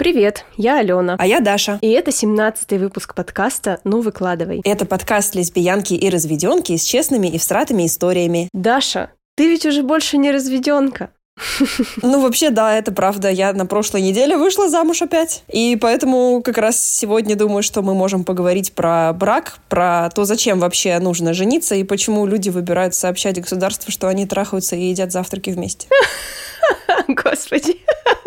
Привет, я Алена. А я Даша. И это 17-й выпуск подкаста «Ну, выкладывай». Это подкаст лесбиянки и разведенки с честными и всратыми историями. Даша, ты ведь уже больше не разведенка. Ну, вообще, да, это правда. Я на прошлой неделе вышла замуж опять. И поэтому как раз сегодня думаю, что мы можем поговорить про брак, про то, зачем вообще нужно жениться и почему люди выбирают сообщать государству, что они трахаются и едят завтраки вместе. Господи.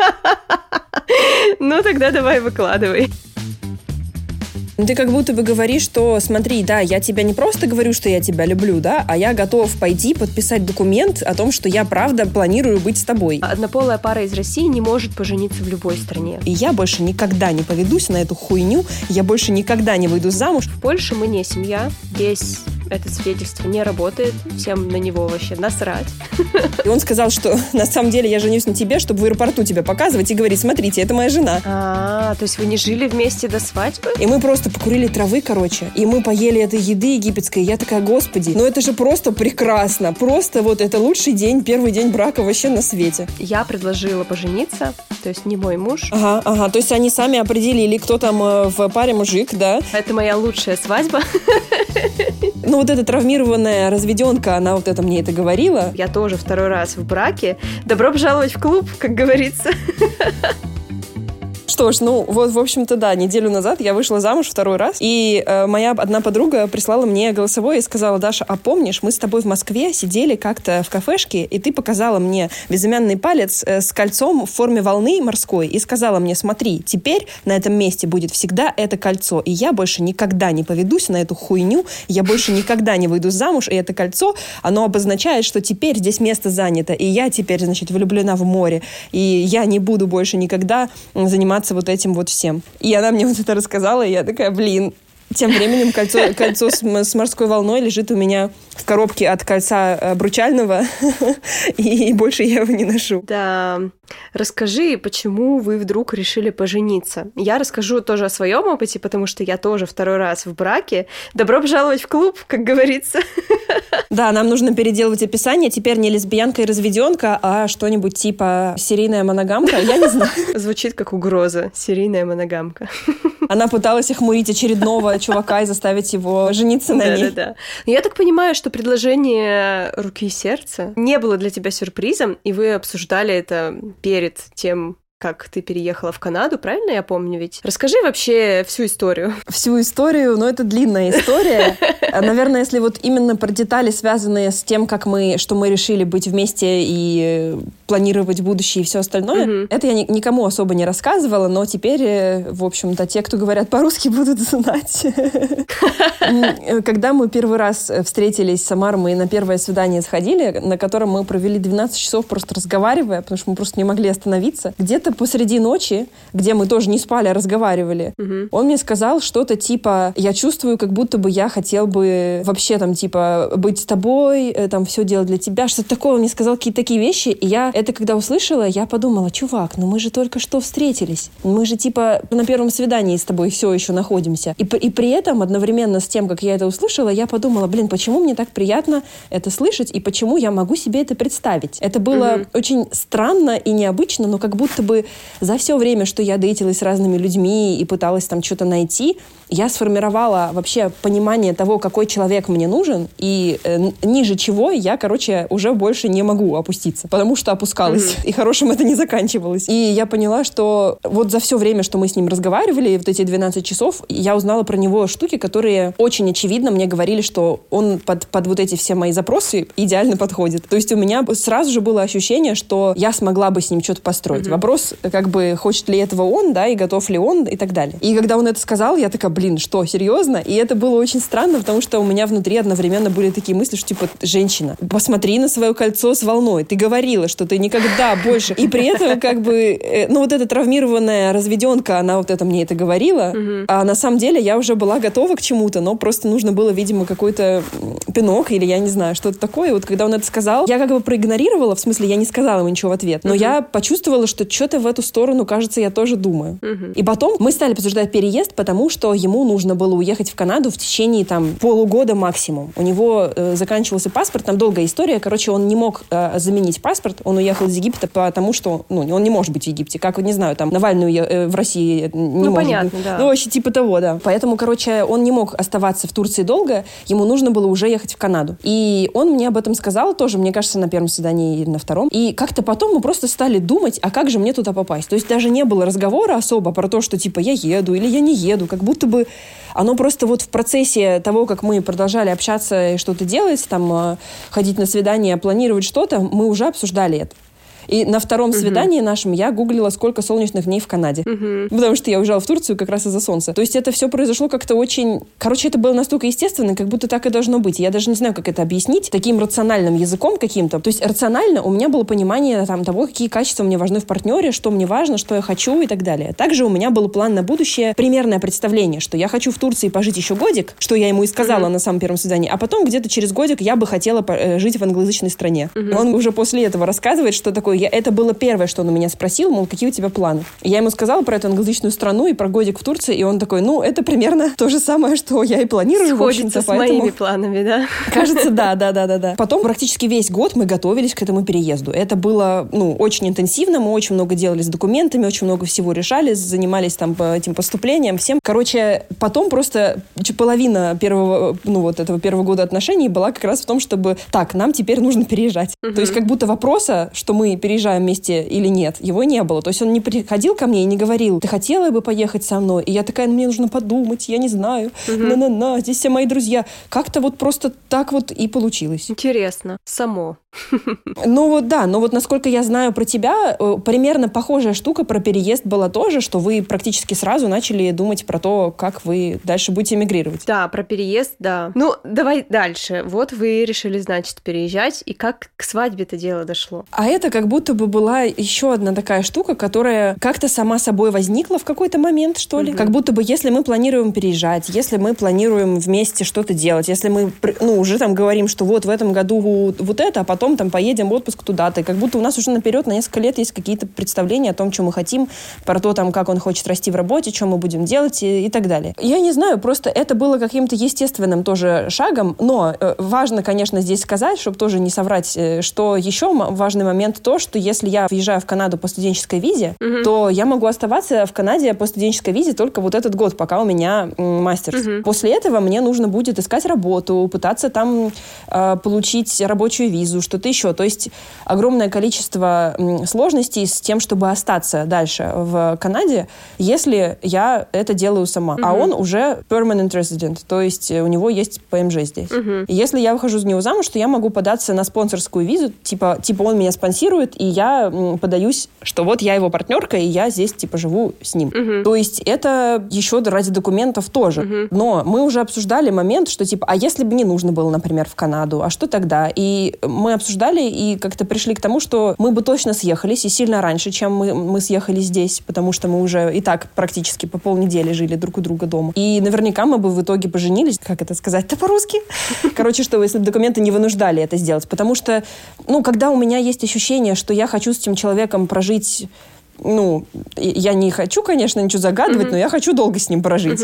Ну, тогда давай выкладывай. Ты как будто бы говоришь, что смотри, да, я тебя не просто говорю, что я тебя люблю, да, а я готов пойти подписать документ о том, что я правда планирую быть с тобой. Однополая пара из России не может пожениться в любой стране. И я больше никогда не поведусь на эту хуйню, я больше никогда не выйду замуж. В Польше мы не семья, здесь это свидетельство не работает, всем на него вообще насрать. И он сказал, что на самом деле я женюсь на тебе, чтобы в аэропорту тебя показывать и говорить: смотрите, это моя жена. То есть вы не жили вместе до свадьбы? И мы просто покурили травы, короче, и мы поели этой еды египетской, и я такая: господи, ну это же просто прекрасно, просто вот это лучший день, первый день брака вообще на свете. Я предложила пожениться, то есть не мой муж. Ага, то есть они сами определили, кто там в паре мужик, да? Это моя лучшая свадьба. Ну вот эта травмированная разведенка, она вот это мне это говорила. Я тоже второй раз в браке. Добро пожаловать в клуб, как говорится. Что ж, ну вот, в общем-то, да, неделю назад я вышла замуж второй раз, и моя одна подруга прислала мне голосовое и сказала: Даша, а помнишь, мы с тобой в Москве сидели как-то в кафешке, и ты показала мне безымянный палец с кольцом в форме волны морской и сказала мне: смотри, теперь на этом месте будет всегда это кольцо, и я больше никогда не поведусь на эту хуйню, я больше никогда не выйду замуж, и это кольцо, оно обозначает, что теперь здесь место занято, и я теперь, значит, влюблена в море, и я не буду больше никогда заниматься вот этим вот всем. И она мне вот это рассказала, и я такая: блин. Тем временем кольцо с морской волной лежит у меня в коробке от кольца обручального, и больше я его не ношу. Да. Расскажи, почему вы вдруг решили пожениться? Я расскажу тоже о своем опыте, потому что я тоже второй раз в браке. Добро пожаловать в клуб, как говорится. Да, нам нужно переделывать описание. Теперь не лесбиянка и разведенка, а что-нибудь типа серийная моногамка. Я не знаю. Звучит как угроза. Серийная моногамка. Она пыталась охмурить очередного чувака и заставить его жениться на ней. Да. Я так понимаю, что предложение руки и сердца не было для тебя сюрпризом, и вы обсуждали это перед тем, как ты переехала в Канаду, правильно я помню ведь? Расскажи вообще всю историю. Всю историю, но это длинная история. Наверное, если вот именно про детали, связанные с тем, что мы решили быть вместе и планировать будущее и все остальное, это я никому особо не рассказывала, но теперь, в общем-то, те, кто говорят по-русски, будут знать. Когда мы первый раз встретились с Самаром и на первое свидание сходили, на котором мы провели 12 часов просто разговаривая, потому что мы просто не могли остановиться, где-то посреди ночи, где мы тоже не спали, а разговаривали, он мне сказал что-то типа: я чувствую, как будто бы я хотел бы вообще там типа быть с тобой, там все делать для тебя, что-то такое. Он мне сказал какие-то такие вещи, и я это когда услышала, я подумала: чувак, ну мы же только что встретились, мы же типа на первом свидании с тобой все еще находимся. И при этом одновременно с тем, как я это услышала, я подумала: блин, почему мне так приятно это слышать, и почему я могу себе это представить. Это было очень странно и необычно, но как будто бы за все время, что я дейтилась с разными людьми и пыталась там что-то найти, я сформировала вообще понимание того, какой человек мне нужен, и ниже чего я, уже больше не могу опуститься, потому что опускалась, и хорошим это не заканчивалось. И я поняла, что вот за все время, что мы с ним разговаривали, вот эти 12 часов, я узнала про него штуки, которые очень очевидно мне говорили, что он под вот эти все мои запросы идеально подходит. То есть у меня сразу же было ощущение, что я смогла бы с ним что-то построить. Вопрос, как бы, хочет ли этого он, да, и готов ли он, и так далее. И когда он это сказал, я такая: блин, что, серьезно? И это было очень странно, потому что у меня внутри одновременно были такие мысли, что типа: женщина, посмотри на свое кольцо с волной. Ты говорила, что ты никогда больше... И при этом как бы, вот эта травмированная разведенка, она вот это мне это говорила, а на самом деле я уже была готова к чему-то, но просто нужно было, видимо, какой-то пинок или я не знаю, что-то такое. Вот когда он это сказал, я как бы проигнорировала, в смысле, я не сказала ему ничего в ответ, но я почувствовала, что что-то в эту сторону, кажется, я тоже думаю. И потом мы стали обсуждать переезд, потому что ему нужно было уехать в Канаду в течение там полугода максимум. У него заканчивался паспорт, там долгая история. Короче, он не мог заменить паспорт. Он уехал из Египта, потому что, он не может быть в Египте. Как, не знаю, там Навальный в России не может понятно, быть. Да. Вообще типа того, да. Поэтому, короче, он не мог оставаться в Турции долго. Ему нужно было уже ехать в Канаду. И он мне об этом сказал тоже, мне кажется, на первом свидании или на втором. И как-то потом мы просто стали думать, а как же мне туда попасть? То есть даже не было разговора особо про то, что типа я еду или я не еду. Как будто бы оно просто вот в процессе того, как мы продолжали общаться и что-то делать, там, ходить на свидания, планировать что-то, мы уже обсуждали это. И на втором свидании нашем я гуглила, сколько солнечных дней в Канаде. Потому что я уезжала в Турцию как раз из-за солнца. То есть это все произошло как-то очень... Короче, это было настолько естественно, как будто так и должно быть. Я даже не знаю, как это объяснить таким рациональным языком каким-то. То есть рационально у меня было понимание там, того, какие качества мне важны в партнере, что мне важно, что я хочу и так далее. Также у меня был план на будущее, примерное представление, что я хочу в Турции пожить еще годик, что я ему и сказала на самом первом свидании, а потом где-то через годик я бы хотела жить в англоязычной стране. Он уже после этого рассказывает, что такое... Это было первое, что он у меня спросил, мол, какие у тебя планы? Я ему сказала про эту англоязычную страну и про годик в Турции, и он такой, это примерно то же самое, что я и планирую. Сходится с моими планами, да? Кажется, да. Потом практически весь год мы готовились к этому переезду. Это было, очень интенсивно, мы очень много делали с документами, очень много всего решали, занимались там этим поступлением, всем. Короче, потом просто половина первого, этого первого года отношений была как раз в том, чтобы, нам теперь нужно переезжать. То есть как будто вопроса, что мы переезжаем вместе или нет, его не было. То есть он не приходил ко мне и не говорил, ты хотела бы поехать со мной? И я такая, мне нужно подумать, я не знаю. Здесь все мои друзья. Как-то вот просто так вот и получилось. Интересно. Само. Но насколько я знаю про тебя, примерно похожая штука про переезд была тоже, что вы практически сразу начали думать про то, как вы дальше будете эмигрировать. Да, про переезд, да. Давай дальше. Вот вы решили, значит, переезжать, и как к свадьбе-то дело дошло? А это как будто бы была еще одна такая штука, которая как-то сама собой возникла в какой-то момент, что ли. Как будто бы, если мы планируем переезжать, если мы планируем вместе что-то делать, если мы, уже там говорим, что вот в этом году вот это, а потом там поедем в отпуск туда-то, и как будто у нас уже наперед на несколько лет есть какие-то представления о том, что мы хотим, про то, там, как он хочет расти в работе, что мы будем делать и так далее. Я не знаю, просто это было каким-то естественным тоже шагом, но важно, конечно, здесь сказать, чтобы тоже не соврать, что еще важный момент то, что если я въезжаю в Канаду по студенческой визе, то я могу оставаться в Канаде по студенческой визе только вот этот год, пока у меня мастерс. После этого мне нужно будет искать работу, пытаться там получить рабочую визу, что-то еще. То есть огромное количество сложностей с тем, чтобы остаться дальше в Канаде, если я это делаю сама. А он уже permanent resident, то есть у него есть ПМЖ здесь. И если я выхожу за него замуж, то я могу податься на спонсорскую визу, типа он меня спонсирует, и я подаюсь, что вот я его партнерка, и я здесь живу с ним. То есть это еще ради документов тоже. Но мы уже обсуждали момент, что а если бы не нужно было, например, в Канаду, а что тогда? И мы обсуждали и как-то пришли к тому, что мы бы точно съехались, и сильно раньше, чем мы съехали здесь, потому что мы уже и так практически по полнедели жили друг у друга дома. И наверняка мы бы в итоге поженились, как это сказать-то по-русски? Короче, что если бы документы не вынуждали это сделать. Потому что, когда у меня есть ощущение, что я хочу с этим человеком прожить... я не хочу, конечно, ничего загадывать, но я хочу долго с ним прожить.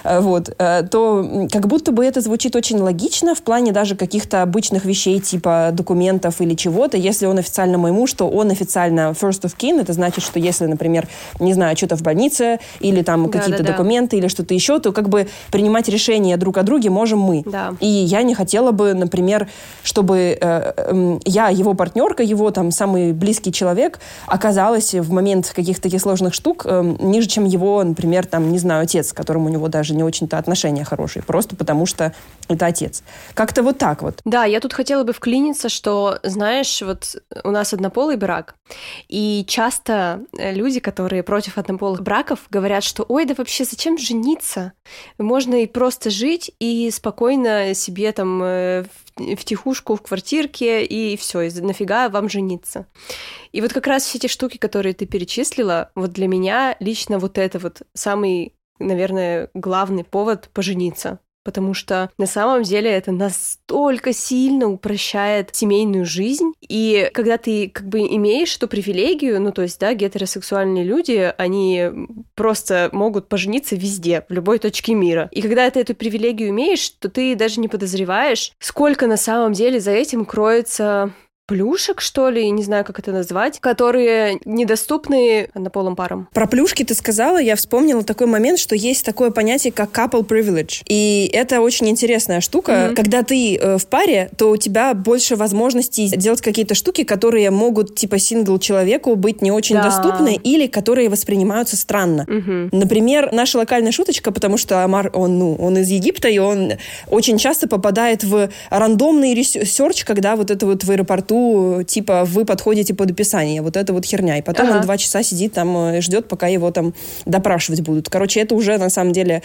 То как будто бы это звучит очень логично в плане даже каких-то обычных вещей, типа документов или чего-то. Если он официально мой муж, то он официально first of kin. Это значит, что если, например, не знаю, что-то в больнице или там какие-то документы или что-то еще, то как бы принимать решения друг о друге можем мы. Да. И я не хотела бы, например, чтобы я, его партнерка, его там самый близкий человек, оказалась в момент каких-то таких сложных штук ниже, чем его, например, там, не знаю, отец, с которым у него даже не очень-то отношения хорошие, просто потому что это отец. Как-то вот так вот. Да, я тут хотела бы вклиниться, что, знаешь, вот у нас однополый брак, и часто люди, которые против однополых браков, говорят, что ой, да вообще зачем жениться? Можно и просто жить, и спокойно себе там втихушку в квартирке, и все, и нафига вам жениться. И вот как раз все эти штуки, которые ты перечислила, вот для меня лично вот это вот самый, наверное, главный повод пожениться. потому что на самом деле это настолько сильно упрощает семейную жизнь, и когда ты как бы имеешь эту привилегию, ну, то есть, да, гетеросексуальные люди, они просто могут пожениться везде, в любой точке мира. И когда ты эту привилегию имеешь, то ты даже не подозреваешь, сколько на самом деле за этим кроется плюшек, что ли, не знаю, как это назвать, которые недоступны однополым парам. Про плюшки ты сказала, я вспомнила такой момент, что есть такое понятие, как couple privilege. И это очень интересная штука. Когда ты в паре, то у тебя больше возможностей делать какие-то штуки, которые могут, типа, сингл-человеку быть не очень доступны или которые воспринимаются странно. Например, наша локальная шуточка, потому что Амар, он из Египта, и он очень часто попадает в рандомный ресерч, когда вот это вот в аэропорту типа, вы подходите под описание, вот это вот херня. И потом он 2 часа сидит там, ждет, пока его там допрашивать будут. Короче, это уже, на самом деле,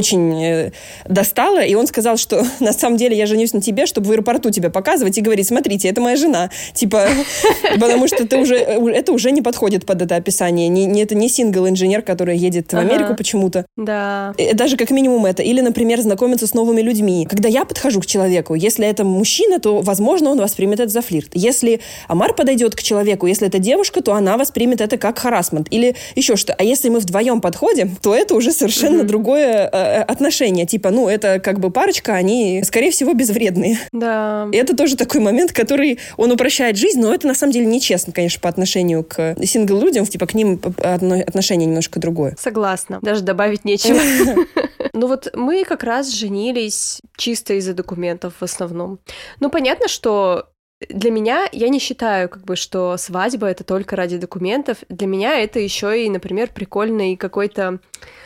очень достало. И он сказал, что, на самом деле, я женюсь на тебе, чтобы в аэропорту тебя показывать и говорить, смотрите, это моя жена. Типа, потому что это уже не подходит под это описание. Это не сингл-инженер, который едет в Америку почему-то. Да. Даже как минимум это. Или, например, знакомиться с новыми людьми. Когда я подхожу к человеку, если это мужчина, то, возможно, он воспримет это за флирт. Если Амар подойдет к человеку, если это девушка, то она воспримет это как харассмент или еще что. А если мы вдвоем подходим, то это уже совершенно другое отношение. Типа, это как бы парочка, они, скорее всего, безвредные. Да. И это тоже такой момент, который, он упрощает жизнь, но это на самом деле нечестно, конечно, по отношению к сингл-людям, типа к ним отношение немножко другое. Согласна. Даже добавить нечего. Ну вот мы как раз женились чисто из-за документов в основном. Ну, понятно, что для меня, я не считаю, как бы, что свадьба — это только ради документов. Для меня это еще и, например, прикольный какой-то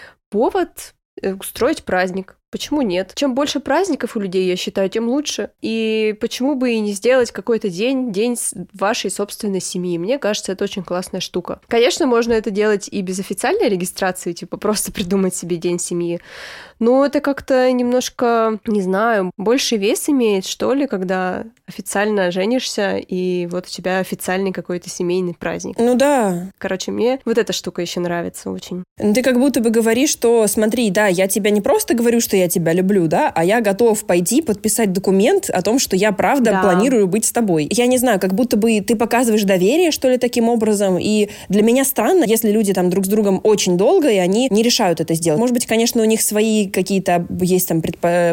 повод устроить праздник. Почему нет? Чем больше праздников у людей, я считаю, тем лучше. И почему бы и не сделать какой-то день вашей собственной семьи? Мне кажется, это очень классная штука. Конечно, можно это делать и без официальной регистрации, типа просто придумать себе день семьи. Но это как-то немножко, не знаю, больше вес имеет, что ли, когда официально женишься, и вот у тебя официальный какой-то семейный праздник. Ну да. Короче, мне вот эта штука еще нравится очень. Ты как будто бы говоришь, что смотри, да, я тебя не просто говорю, что я тебя люблю, да, а я готов пойти подписать документ о том, что я правда планирую быть с тобой. Я не знаю, как будто бы ты показываешь доверие, что ли, таким образом, и для меня странно, если люди там друг с другом очень долго, и они не решают это сделать. Может быть, конечно, у них свои какие-то есть там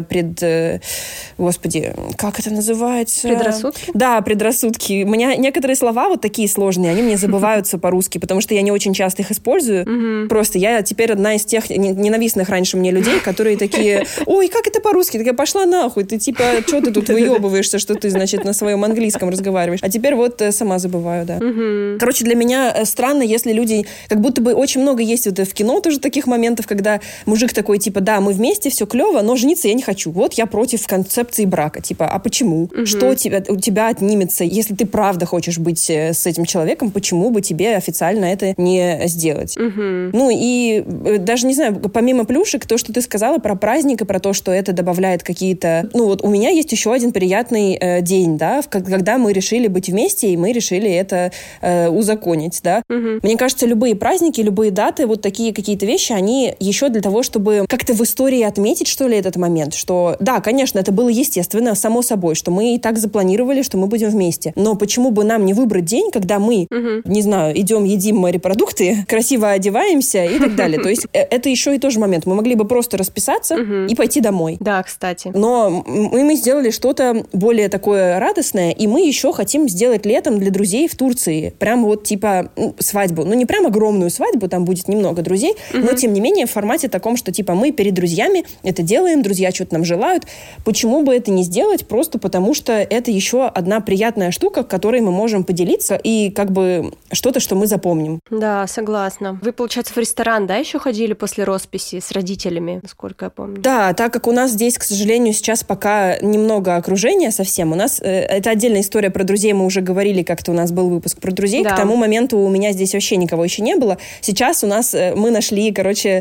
господи, как это называется? Предрассудки? Да, предрассудки. У меня некоторые слова вот такие сложные, они мне забываются по-русски, потому что я не очень часто их использую. Просто я теперь одна из тех ненавистных раньше мне людей, которые такие: ой, как это по-русски? Такая, пошла нахуй, ты типа, что ты тут выебываешься, что ты, значит, на своем английском разговариваешь. А теперь вот сама забываю, да. Короче, для меня странно, если люди, как будто бы очень много есть вот в кино тоже таких моментов, когда мужик такой, типа, да, мы вместе, все клево, но жениться я не хочу. Вот я против концепции брака. Типа, а почему? Что у тебя отнимется, если ты правда хочешь быть с этим человеком, почему бы тебе официально это не сделать? Ну и даже, не знаю, помимо плюшек, то, что ты сказала про праздник и про то, что это добавляет какие-то... Ну вот у меня есть еще один приятный день, да, когда мы решили быть вместе, и мы решили это узаконить, да. Мне кажется, любые праздники, любые даты, вот такие какие-то вещи, они еще для того, чтобы как-то в истории отметить, что ли, этот момент, что, да, конечно, это было естественно, само собой, что мы и так запланировали, что мы будем вместе. Но почему бы нам не выбрать день, когда мы, не знаю, идем, едим морепродукты, красиво одеваемся и так далее. То есть это еще и тоже момент. Мы могли бы просто расписаться и пойти домой. Да, кстати. Но мы сделали что-то более такое радостное, и мы еще хотим сделать летом для друзей в Турции. Прям вот типа свадьбу. Ну, не прям огромную свадьбу, там будет немного друзей, но тем не менее в формате таком, что типа мы перед друзьями это делаем, друзья что-то нам желают. Почему бы это не сделать? Просто потому что это еще одна приятная штука, которой мы можем поделиться, и как бы что-то, что мы запомним. Да, согласна. Вы, получается, в ресторан, да, еще ходили после росписи с родителями, насколько я помню? Да, так как у нас здесь, к сожалению, сейчас пока немного окружения совсем. У нас, это отдельная история про друзей, мы уже говорили, как-то у нас был выпуск про друзей. Да. К тому моменту у меня здесь вообще никого еще не было. Сейчас у нас, мы нашли, короче,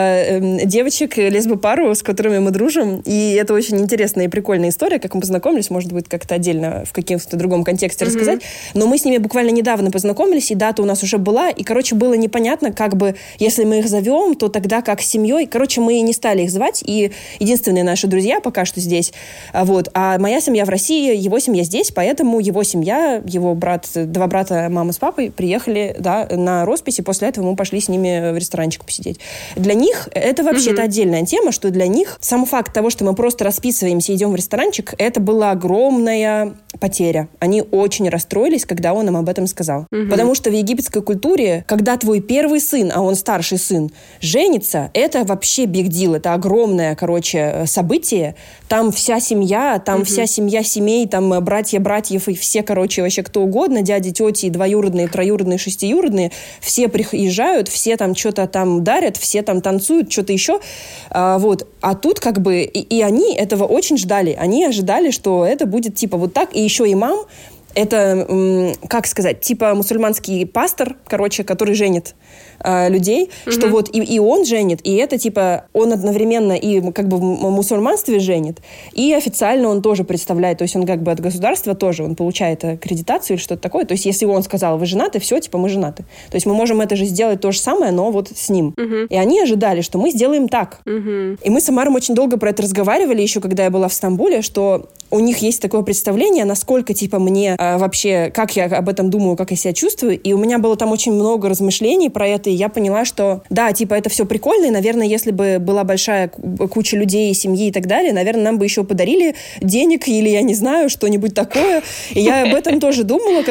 девочек, лесбопару, с которыми мы дружим, и это очень интересная и прикольная история, как мы познакомились, может быть, как-то отдельно в каком-то другом контексте рассказать, но мы с ними буквально недавно познакомились, и дата у нас уже была, и, короче, было непонятно, как бы, если мы их зовем, то тогда как с семьей, короче, мы не стали их звать, уезжать, и единственные наши друзья пока что здесь. Вот. А моя семья в России, его семья здесь, поэтому его семья, его брат, 2 брата, мама с папой приехали, да, на роспись, и после этого мы пошли с ними в ресторанчик посидеть. Для них это вообще-то отдельная тема, что для них сам факт того, что мы просто расписываемся и идем в ресторанчик, это была огромная потеря. Они очень расстроились, когда он им об этом сказал. Потому что в египетской культуре, когда твой первый сын, а он старший сын, женится, это вообще big deal, это огромное, событие. Там вся семья, вся семья семей, там братья братьев и все, вообще кто угодно, дяди, тети, двоюродные, троюродные, шестиюродные, все приезжают, все там что-то там дарят, все там танцуют, что-то еще. Вот. А тут и они этого очень ждали. Они ожидали, что это будет типа вот так, и еще имам, это, как сказать, типа мусульманский пастор, который женит людей, что вот и он женит, и это типа он одновременно и в мусульманстве женит, и официально он тоже представляет, то есть он от государства тоже, он получает аккредитацию или что-то такое, то есть если он сказал, вы женаты, все, типа мы женаты. То есть мы можем это же сделать то же самое, но вот с ним. И они ожидали, что мы сделаем так. И мы с Амаром очень долго про это разговаривали, еще когда я была в Стамбуле, что у них есть такое представление, насколько, типа, мне вообще, как я об этом думаю, как я себя чувствую. И у меня было там очень много размышлений про это, и я поняла, что, да, типа, это все прикольно, и, наверное, если бы была большая куча людей, семьи и так далее, наверное, нам бы еще подарили денег или, я не знаю, что-нибудь такое. И я об этом тоже думала,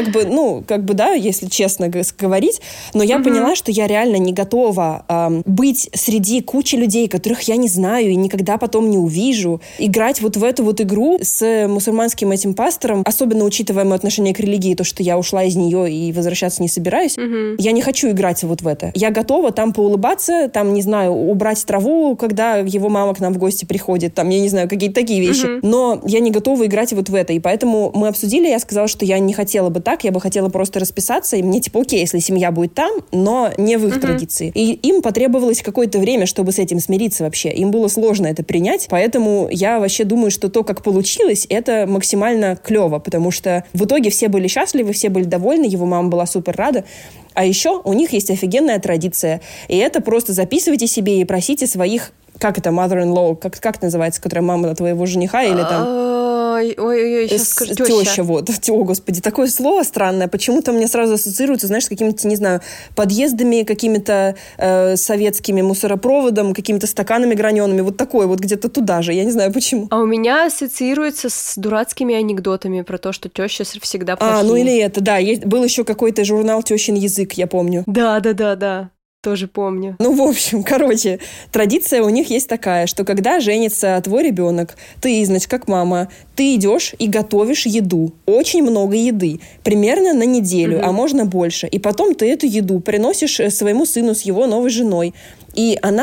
да, если честно говорить. Но я поняла, что я реально не готова быть среди кучи людей, которых я не знаю и никогда потом не увижу. Играть вот в эту вот игру с мусульманским этим пастором, особенно учитывая мое отношение к религии, то, что я ушла из нее и возвращаться не собираюсь, я не хочу играть вот в это. Я готова там поулыбаться, там, не знаю, убрать траву, когда его мама к нам в гости приходит, там, я не знаю, какие-то такие вещи. Но я не готова играть вот в это. И поэтому мы обсудили, я сказала, что я не хотела бы так, я бы хотела просто расписаться, и мне типа окей, если семья будет там, но не в их традиции. И им потребовалось какое-то время, чтобы с этим смириться вообще. Им было сложно это принять, поэтому я вообще думаю, что то, как получилось, это максимально клево, потому что в итоге все были счастливы, все были довольны, его мама была супер рада. А еще у них есть офигенная традиция, и это просто записывайте себе и просите своих, как это, mother-in-law, как это называется, которая мама твоего жениха или там... Ой, сейчас скажу, теща, вот. О, господи, такое слово странное. Почему-то мне сразу ассоциируется, знаешь, с какими-то, не знаю, подъездами, какими-то советскими мусоропроводом, какими-то стаканами гранеными. Вот такое вот где-то туда же. Я не знаю, почему. А у меня ассоциируется с дурацкими анекдотами про то, что теща всегда плохие. Ну или это, да. Был еще какой-то журнал «Тещин язык», я помню. Да. Тоже помню. В общем, традиция у них есть такая, что когда женится твой ребенок, ты, значит, как мама, ты идешь и готовишь еду. Очень много еды. Примерно на неделю, а можно больше. И потом ты эту еду приносишь своему сыну с его новой женой. И она,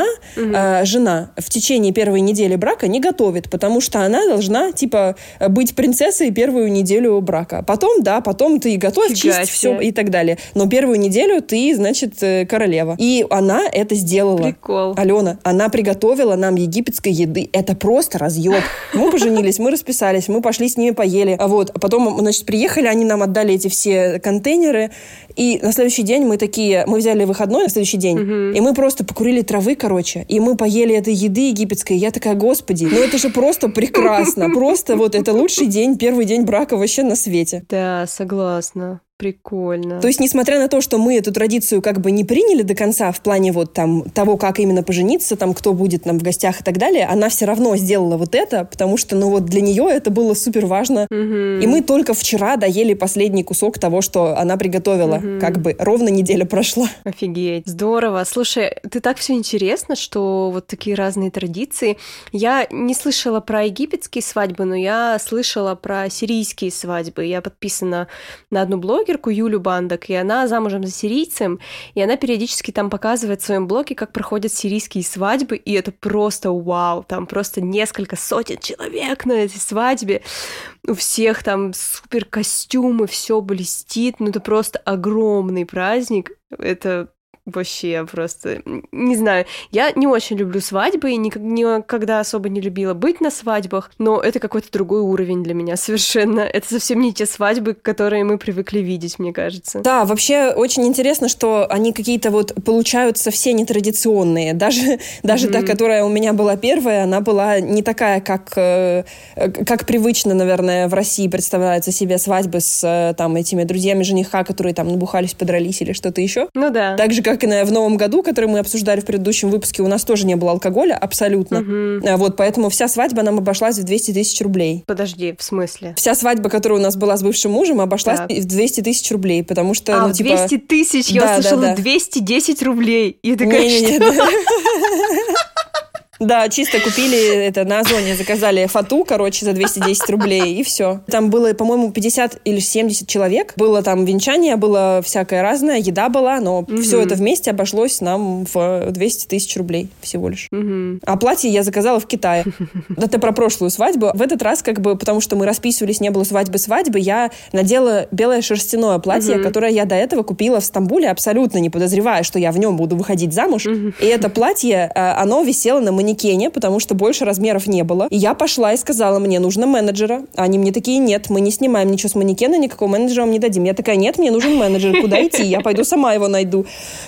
жена, в течение первой недели брака не готовит, потому что она должна, типа, быть принцессой первую неделю брака. Потом ты готовь, чисть, все и так далее. Но первую неделю ты, значит, королева. И она это сделала. Прикол. Алена, она приготовила нам египетской еды. Это просто разъеб. Мы поженились, мы расписались, мы пошли с ними поели. А потом, значит, приехали, они нам отдали эти все контейнеры. И на следующий день мы взяли выходной на следующий день, и мы просто покурили травы, и мы поели этой еды египетской. Я такая, господи, это же просто прекрасно. Просто это лучший день, первый день брака вообще на свете. Да, согласна. Прикольно. То есть, несмотря на то, что мы эту традицию не приняли до конца в плане того, как именно пожениться, кто будет нам в гостях и так далее, она все равно сделала это, потому что, для нее это было супер важно. И мы только вчера доели последний кусок того, что она приготовила. Ровно неделя прошла. Офигеть. Здорово. Слушай, ты так все интересно, что вот такие разные традиции. Я не слышала про египетские свадьбы, но я слышала про сирийские свадьбы. Я подписана на одну блогерку, Юлю Бандок, и она замужем за сирийцем, и она периодически там показывает в своем блоге, как проходят сирийские свадьбы, и это просто вау, там просто несколько сотен человек на этой свадьбе, у всех там супер костюмы, все блестит, это просто огромный праздник, это вообще просто... Не знаю, я не очень люблю свадьбы и никогда особо не любила быть на свадьбах, но это какой-то другой уровень для меня совершенно. Это совсем не те свадьбы, которые мы привыкли видеть, мне кажется. Да, вообще очень интересно, что они какие-то вот получаются все нетрадиционные. Даже та, которая у меня была первая, она была не такая, как привычно, наверное, в России представляется себе свадьбы с там этими друзьями жениха, которые там набухались, подрались или что-то еще. Ну да. Так же, как и в Новом году, который мы обсуждали в предыдущем выпуске, у нас тоже не было алкоголя, абсолютно. Вот, поэтому вся свадьба нам обошлась в 200 тысяч рублей. Подожди, в смысле? Вся свадьба, которая у нас была с бывшим мужем, обошлась в 200 тысяч рублей, потому что, 200 тысяч? Я услышала 210 рублей. И такая, Да, чисто купили это на Озоне, заказали фату, за 210 рублей, и все. Там было, по-моему, 50 или 70 человек. Было там венчание, было всякое разное, еда была, но все это вместе обошлось нам в 200 тысяч рублей всего лишь. А платье я заказала в Китае. Это про прошлую свадьбу. В этот раз, потому что мы расписывались, не было свадьбы, я надела белое шерстяное платье, которое я до этого купила в Стамбуле, абсолютно не подозревая, что я в нем буду выходить замуж. И это платье, оно висело на манекене, потому что больше размеров не было. И я пошла и сказала, мне нужно менеджера. А они мне такие, нет, мы не снимаем ничего с манекена, никакого менеджера вам не дадим. Я такая, нет, мне нужен менеджер. Куда идти? Я пойду сама его найду.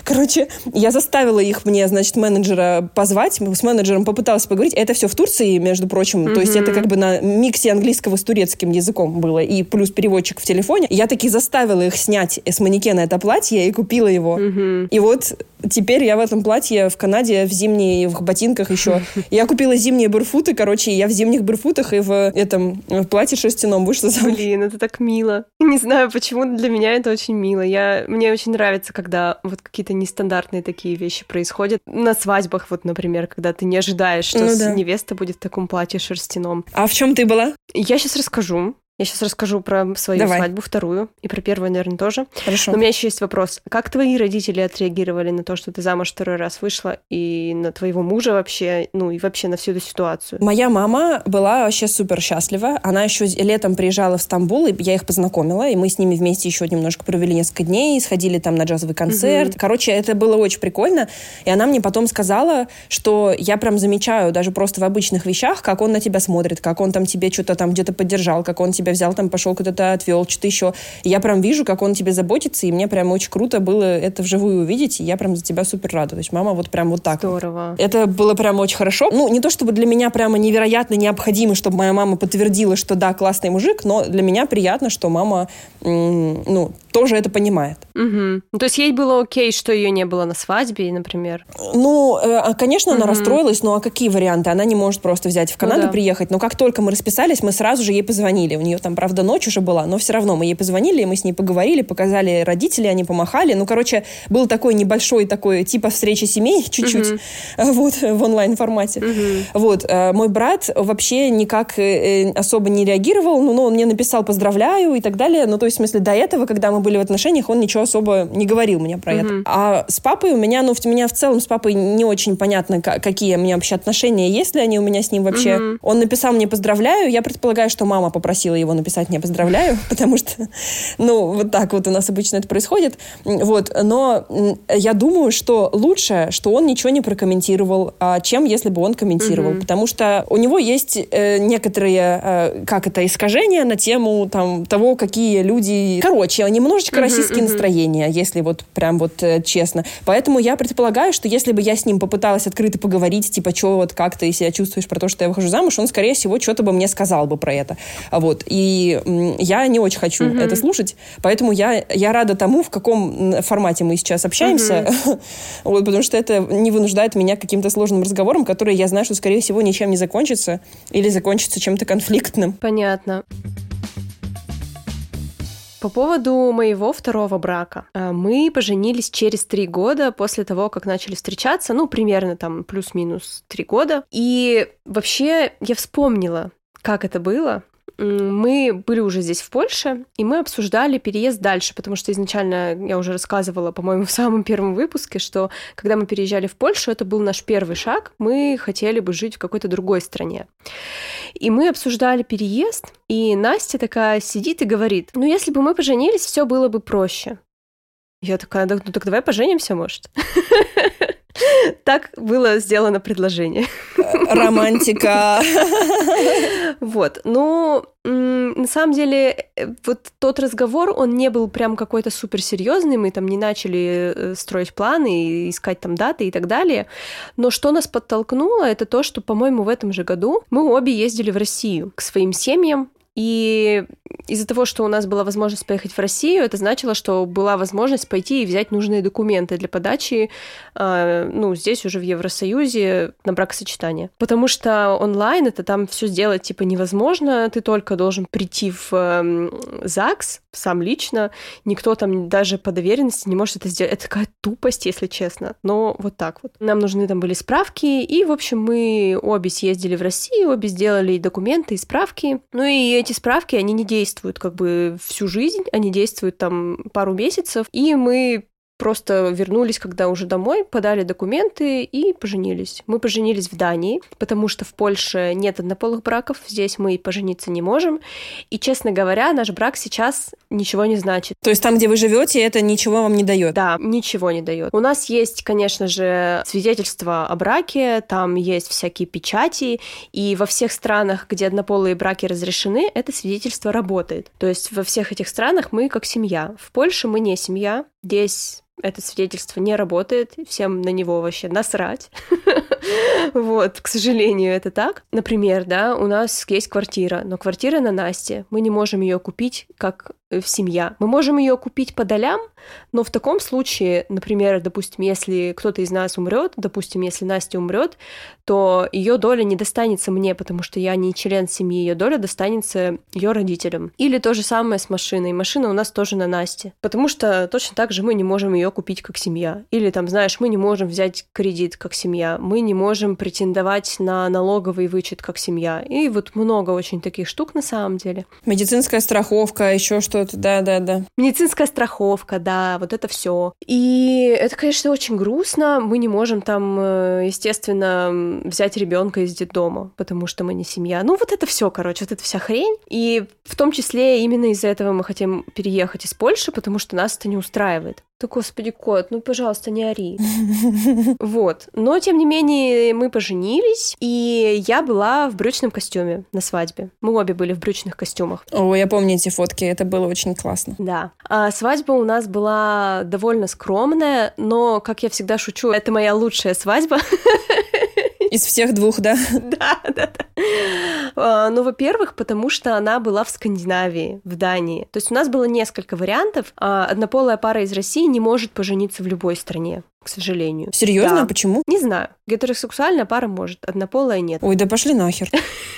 Я заставила их мне, менеджера позвать. С менеджером попыталась поговорить. Это все в Турции, между прочим. То есть это на миксе английского с турецким языком было. И плюс переводчик в телефоне. Я таки заставила их снять с манекена это платье и купила его. И вот теперь я в этом платье в Канаде в зимних ботинках еще. Я купила зимние барфуты, я в зимних барфутах и в платье шерстяном вышла замуж. Блин, это так мило. Не знаю, почему для меня это очень мило. Мне очень нравится, когда вот какие-то нестандартные такие вещи происходят. На свадьбах, вот, например, когда ты не ожидаешь, что невеста будет в таком платье шерстяном. А в чем ты была? Я сейчас расскажу. Я сейчас расскажу про свою свадьбу, вторую, и про первую, наверное, тоже. Хорошо. Но у меня еще есть вопрос. Как твои родители отреагировали на то, что ты замуж второй раз вышла, и на твоего мужа вообще, и вообще на всю эту ситуацию? Моя мама была вообще супер счастлива. Она еще летом приезжала в Стамбул, и я их познакомила, и мы с ними вместе еще немножко провели несколько дней, сходили там на джазовый концерт. Это было очень прикольно. И она мне потом сказала, что я прям замечаю даже просто в обычных вещах, как он на тебя смотрит, как он там тебе что-то там где-то поддержал, как он тебя взял, там пошел куда-то отвел, что-то еще. И я прям вижу, как он тебе заботится, и мне прям очень круто было это вживую увидеть, и я прям за тебя супер рада. То есть мама вот прям вот так. Здорово. Это было прям очень хорошо. Не то чтобы для меня прямо невероятно необходимо, чтобы моя мама подтвердила, что да, классный мужик, но для меня приятно, что мама, тоже это понимает. То есть ей было окей, что ее не было на свадьбе, например? Конечно, она расстроилась, а какие варианты? Она не может просто взять в Канаду, приехать. Но как только мы расписались, мы сразу же ей позвонили. У нее там, правда, ночь уже была, но все равно мы ей позвонили, мы с ней поговорили, показали родители, они помахали. Был такой небольшой типа встречи семей, чуть-чуть, в онлайн-формате. Мой брат вообще никак особо не реагировал, но он мне написал «поздравляю» и так далее. То есть, в смысле, до этого, когда мы были в отношениях, он ничего особо не говорил мне про это. А с папой у меня в целом с папой не очень понятно, какие у меня вообще отношения, есть ли они у меня с ним вообще. Он написал мне «поздравляю», я предполагаю, что мама попросила его написать мне «поздравляю», потому что, вот так вот у нас обычно это происходит. Но я думаю, что лучше, что он ничего не прокомментировал, чем если бы он комментировал, потому что у него есть некоторые, искажения на тему того, какие люди... немножечко российские настроения, если честно. Поэтому я предполагаю, что если бы я с ним попыталась открыто поговорить, как ты себя чувствуешь про то, что я выхожу замуж, он, скорее всего, что-то бы мне сказал бы про это. И я не очень хочу это слушать, поэтому я рада тому, в каком формате мы сейчас общаемся, потому что это не вынуждает меня к каким-то сложным разговорам, которые я знаю, что, скорее всего, ничем не закончатся или закончатся чем-то конфликтным. Понятно. По поводу моего второго брака. Мы поженились через 3 года после того, как начали встречаться, примерно плюс-минус 3 года. И вообще я вспомнила, как это было. Мы были уже здесь, в Польше, и мы обсуждали переезд дальше, потому что изначально я уже рассказывала, по-моему, в самом первом выпуске, что когда мы переезжали в Польшу, это был наш первый шаг, мы хотели бы жить в какой-то другой стране. И мы обсуждали переезд, и Настя такая сидит и говорит, если бы мы поженились, все было бы проще. Я такая, ну так давай поженимся, может. Так было сделано предложение. Романтика. Вот. Ну, на самом деле, вот тот разговор, он не был прям какой-то суперсерьезный, мы там не начали строить планы и искать там даты и так далее. Но что нас подтолкнуло, это то, что, по-моему, в этом же году мы обе ездили в Россию к своим семьям. И из-за того, что у нас была возможность поехать в Россию, это значило, что была возможность пойти и взять нужные документы для подачи, здесь уже в Евросоюзе на бракосочетание. Потому что онлайн это там все сделать типа невозможно, ты только должен прийти в ЗАГС сам лично, никто там даже по доверенности не может это сделать. Это такая тупость, если честно, но вот так вот. Нам нужны там были справки, и, в общем, мы обе съездили в Россию, обе сделали и документы, и справки. Ну и эти справки, они не действуют как бы всю жизнь, они действуют там пару месяцев, и мы просто вернулись, когда уже домой, подали документы и поженились. Мы поженились в Дании, потому что в Польше нет однополых браков, здесь мы пожениться не можем. И, честно говоря, наш брак сейчас ничего не значит. То есть там, где вы живете, это ничего вам не дает? Да, ничего не дает. У нас есть, конечно же, свидетельство о браке, там есть всякие печати, и во всех странах, где однополые браки разрешены, это свидетельство работает. То есть во всех этих странах мы как семья. В Польше мы не семья, здесь это свидетельство не работает, всем на него вообще насрать. Вот, к сожалению, это так. Например, да, у нас есть квартира, но квартира на Насте. Мы не можем ее купить как семья. Мы можем ее купить по долям, но в таком случае, например, допустим, если кто-то из нас умрет, допустим, если Настя умрет, то ее доля не достанется мне, потому что я не член семьи, ее доля достанется ее родителям. Или то же самое с машиной. Машина у нас тоже на Насте, потому что точно так же мы не можем ее купить как семья. Или там, знаешь, мы не можем взять кредит как семья, мы не можем претендовать на налоговый вычет как семья. И вот много очень таких штук на самом деле. Медицинская страховка, еще что-то, да. Медицинская страховка, да, вот это все. И это, конечно, очень грустно. Мы не можем там, естественно, взять ребенка из детдома, потому что мы не семья. Ну, вот это все, короче, вот эта вся хрень. И в том числе именно из-за этого мы хотим переехать из Польши, потому что нас это не устраивает. Да, господи, кот, ну, пожалуйста, не ори. Вот. Но, тем не менее, мы поженились, и я была в брючном костюме на свадьбе. Мы обе были в брючных костюмах. О, я помню эти фотки, это было очень классно. Да. А свадьба у нас была довольно скромная, но, как я всегда шучу, это моя лучшая свадьба. Из всех двух, да? Да. Ну, во-первых, потому что она была в Скандинавии, в Дании. То есть у нас было несколько вариантов. Однополая пара из России не может пожениться в любой стране, к сожалению. Серьезно? Да. Почему? Не знаю. Гетеросексуальная пара может, однополая нет. Ой, да пошли нахер.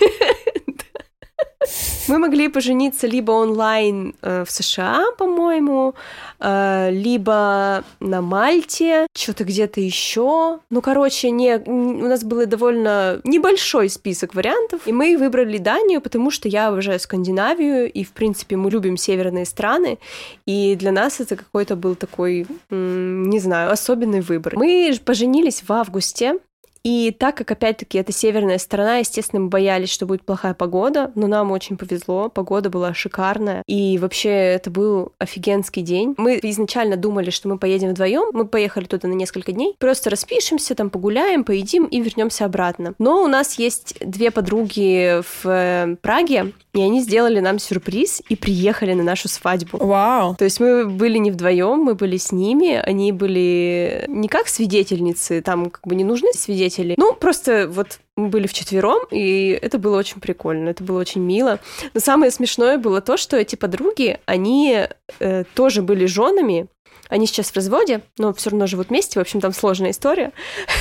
Мы могли пожениться либо онлайн в США, по-моему, либо на Мальте, что-то где-то еще. Ну, короче, у нас был довольно небольшой список вариантов, и мы выбрали Данию, потому что я обожаю Скандинавию, и, в принципе, мы любим северные страны, и для нас это какой-то был такой, не знаю, особенный выбор. Мы поженились в августе. И так как, опять-таки, это северная сторона, естественно, мы боялись, что будет плохая погода, но нам очень повезло, погода была шикарная, и вообще это был офигенский день. Мы изначально думали, что мы поедем вдвоем, мы поехали туда на несколько дней, просто распишемся, там погуляем, поедим и вернемся обратно. Но у нас есть две подруги в Праге, и они сделали нам сюрприз и приехали на нашу свадьбу. Вау! То есть мы были не вдвоем, мы были с ними, они были не как свидетельницы, там как бы не нужны свидетели. Ну, просто вот мы были вчетвером, и это было очень прикольно, это было очень мило. Но самое смешное было то, что эти подруги, они тоже были женами. Они сейчас в разводе, но все равно живут вместе. В общем, там сложная история.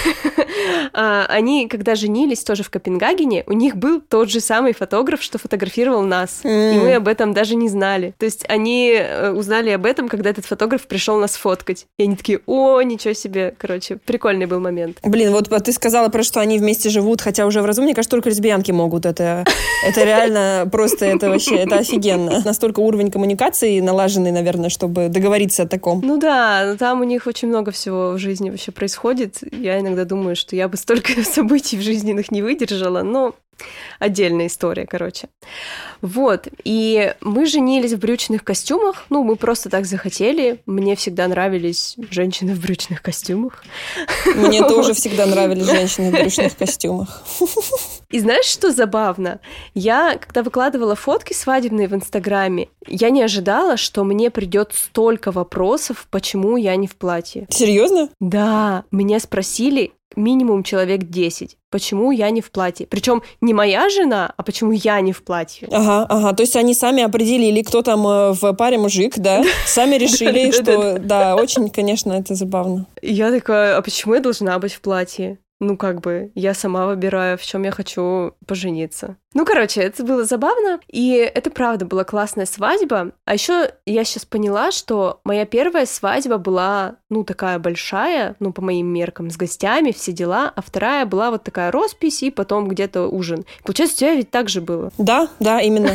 Они, когда женились тоже в Копенгагене, у них был тот же самый фотограф, что фотографировал нас. И мы об этом даже не знали. То есть они узнали об этом, когда этот фотограф пришел нас фоткать. И они такие: о, ничего себе. Короче, прикольный был момент. Блин, вот ты сказала про что они вместе живут, хотя уже в разум, мне кажется, только лесбиянки могут. Это реально просто, это вообще, это офигенно. Настолько уровень коммуникации налаженный, наверное, чтобы договориться о таком. Ну да, но там у них очень много всего в жизни вообще происходит. Я иногда думаю, что я бы столько событий в жизненных не выдержала, но Отдельная история, короче. Вот, и мы женились в брючных костюмах, ну, мы просто так захотели, мне всегда нравились женщины в брючных костюмах. Мне тоже всегда нравились женщины в брючных костюмах. И знаешь, что забавно? Я, когда выкладывала фотки свадебные в Инстаграме, я не ожидала, что мне придет столько вопросов, почему я не в платье. Серьезно? Да, меня спросили минимум человек 10. Почему я не в платье? Причем не моя жена, а почему я не в платье. Ага. То есть они сами определили, кто там в паре мужик, да? Сами решили, что... Да, очень, конечно, это забавно. Я такая, а почему я должна быть в платье? Ну, как бы, я сама выбираю, в чем я хочу пожениться. Ну, короче, это было забавно, и это правда была классная свадьба. А еще я сейчас поняла, что моя первая свадьба была, ну, такая большая, ну, по моим меркам, с гостями, все дела, а вторая была вот такая роспись и потом где-то ужин. Получается, у тебя ведь так же было? Да, именно.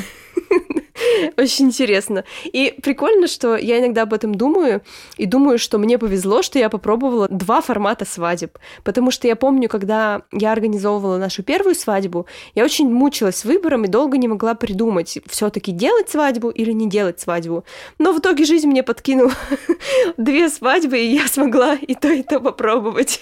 Очень интересно. И прикольно, что я иногда об этом думаю, и думаю, что мне повезло, что я попробовала 2 формата свадеб. Потому что я помню, когда я организовывала нашу первую свадьбу, я очень мучилась с выбором и долго не могла придумать, все-таки делать свадьбу или не делать свадьбу. Но в итоге жизнь мне подкинула 2 свадьбы, и я смогла и то попробовать.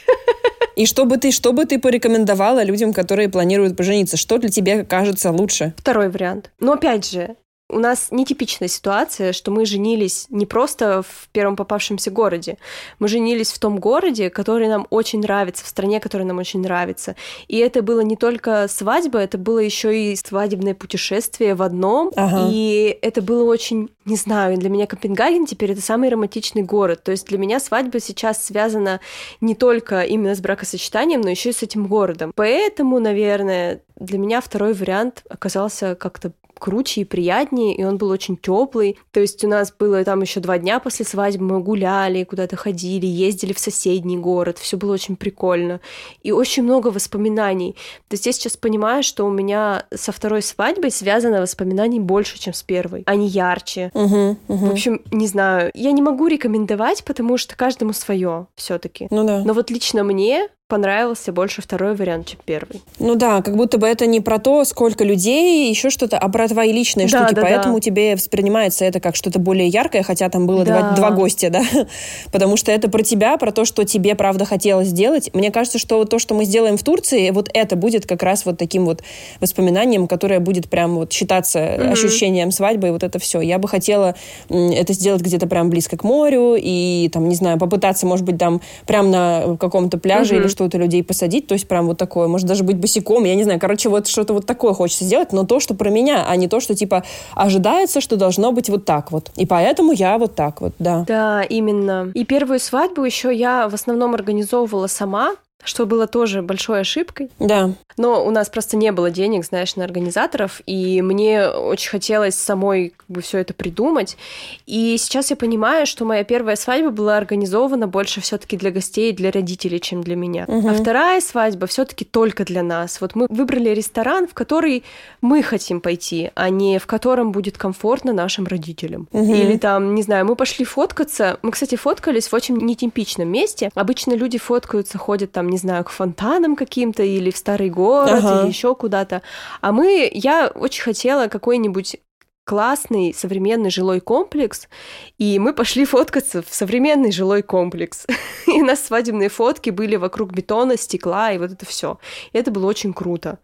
И что бы ты порекомендовала людям, которые планируют пожениться? Что для тебя кажется лучше? Второй вариант. Но опять же, у нас нетипичная ситуация, что мы женились не просто в первом попавшемся городе. Мы женились в том городе, который нам очень нравится, в стране, которая нам очень нравится. И это было не только свадьба, это было еще и свадебное путешествие в одном. Ага. И это было очень, не знаю, для меня Копенгаген теперь это самый романтичный город. То есть для меня свадьба сейчас связана не только именно с бракосочетанием, но еще и с этим городом. Поэтому, наверное, для меня второй вариант оказался как-то круче и приятнее, и он был очень теплый. То есть у нас было там еще 2 дня после свадьбы, мы гуляли, куда-то ходили, ездили в соседний город, все было очень прикольно. И очень много воспоминаний. То есть я сейчас понимаю, что у меня со второй свадьбой связано воспоминаний больше, чем с первой. Они ярче. В общем, не знаю, я не могу рекомендовать, потому что каждому свое все-таки. Ну да. Но вот лично мне понравился больше второй вариант, чем первый. Ну да, как будто бы это не про то, сколько людей, еще что-то, а про твои личные штуки. Поэтому тебе воспринимается это как что-то более яркое, хотя там было 2 гостя, да? Потому что это про тебя, про то, что тебе правда хотелось сделать. Мне кажется, что вот то, что мы сделаем в Турции, вот это будет как раз вот таким вот воспоминанием, которое будет прям вот считаться ощущением свадьбы, и вот это все. Я бы хотела это сделать где-то прям близко к морю и там, не знаю, попытаться, может быть, там прям на каком-то пляже или что-то людей посадить, то есть прям вот такое, может даже быть босиком, я не знаю, короче, вот что-то вот такое хочется сделать, но то, что про меня, а не то, что типа ожидается, что должно быть вот так вот. И поэтому я вот так вот, да. Да, именно. И первую свадьбу еще я в основном организовывала сама, что было тоже большой ошибкой. Да. Но у нас просто не было денег, знаешь, на организаторов, и мне очень хотелось самой как бы все это придумать. И сейчас я понимаю, что моя первая свадьба была организована больше все-таки для гостей и для родителей, чем для меня. А вторая свадьба все-таки только для нас. Вот мы выбрали ресторан, в который мы хотим пойти, а не в котором будет комфортно нашим родителям. Или там, не знаю, мы пошли фоткаться. Мы, кстати, фоткались в очень нетипичном месте. Обычно люди фоткаются, ходят там, не знаю, к фонтанам каким-то или в старый город, или еще куда-то. А я очень хотела какой-нибудь классный современный жилой комплекс, и мы пошли фоткаться в современный жилой комплекс. И у нас свадебные фотки были вокруг бетона, стекла, и вот это все. И это было очень круто.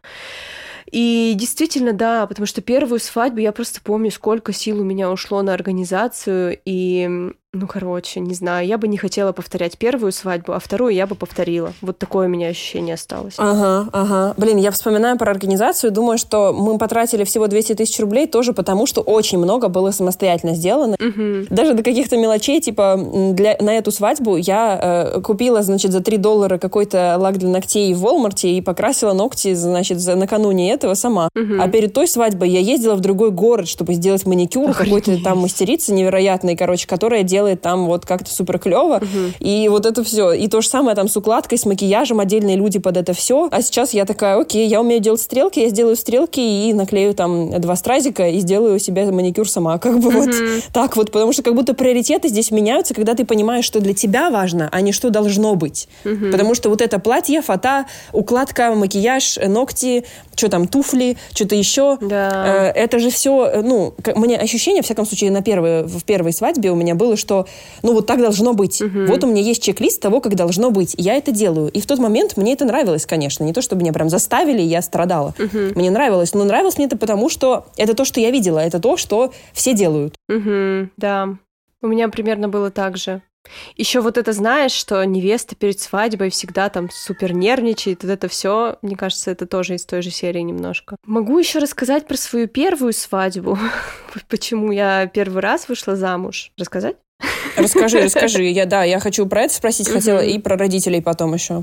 И действительно, да, потому что первую свадьбу я просто помню, сколько сил у меня ушло на организацию, и Ну, короче, не знаю, я бы не хотела повторять первую свадьбу, а вторую я бы повторила. Вот такое у меня ощущение осталось. Ага. Блин, я вспоминаю про организацию, думаю, что мы потратили всего 200 тысяч рублей тоже потому, что очень много было самостоятельно сделано. Угу. Даже до каких-то мелочей, типа, на эту свадьбу я купила, значит, за $3 какой-то лак для ногтей в Walmart и покрасила ногти, значит, накануне этого сама. Угу. А перед той свадьбой я ездила в другой город, чтобы сделать маникюр какой-то там мастерицы невероятной, короче, которая делала делает там вот как-то супер клево. И вот это все. И то же самое там с укладкой, с макияжем, отдельные люди под это все. А сейчас я такая, окей, я умею делать стрелки, я сделаю стрелки и наклею там 2 стразика и сделаю себе маникюр сама. Как бы вот так вот. Потому что как будто приоритеты здесь меняются, когда ты понимаешь, что для тебя важно, а не что должно быть. Потому что вот это платье, фата, укладка, макияж, ногти, что там, туфли, что-то еще. Да. Это же все, ну, мне ощущение, в всяком случае, в первой свадьбе у меня было, что, ну, вот так должно быть. Вот у меня есть чек-лист того, как должно быть. Я это делаю. И в тот момент мне это нравилось, конечно. Не то, чтобы меня прям заставили, я страдала. Мне нравилось. Но нравилось мне это потому, что это то, что я видела. Это то, что все делают. Да. У меня примерно было так же. Еще вот это, знаешь, что невеста перед свадьбой всегда там супер нервничает, вот это все, мне кажется, это тоже из той же серии немножко. Могу еще рассказать про свою первую свадьбу, почему я первый раз вышла замуж. Рассказать? Расскажи. Я хочу про это спросить, хотела и про родителей потом еще.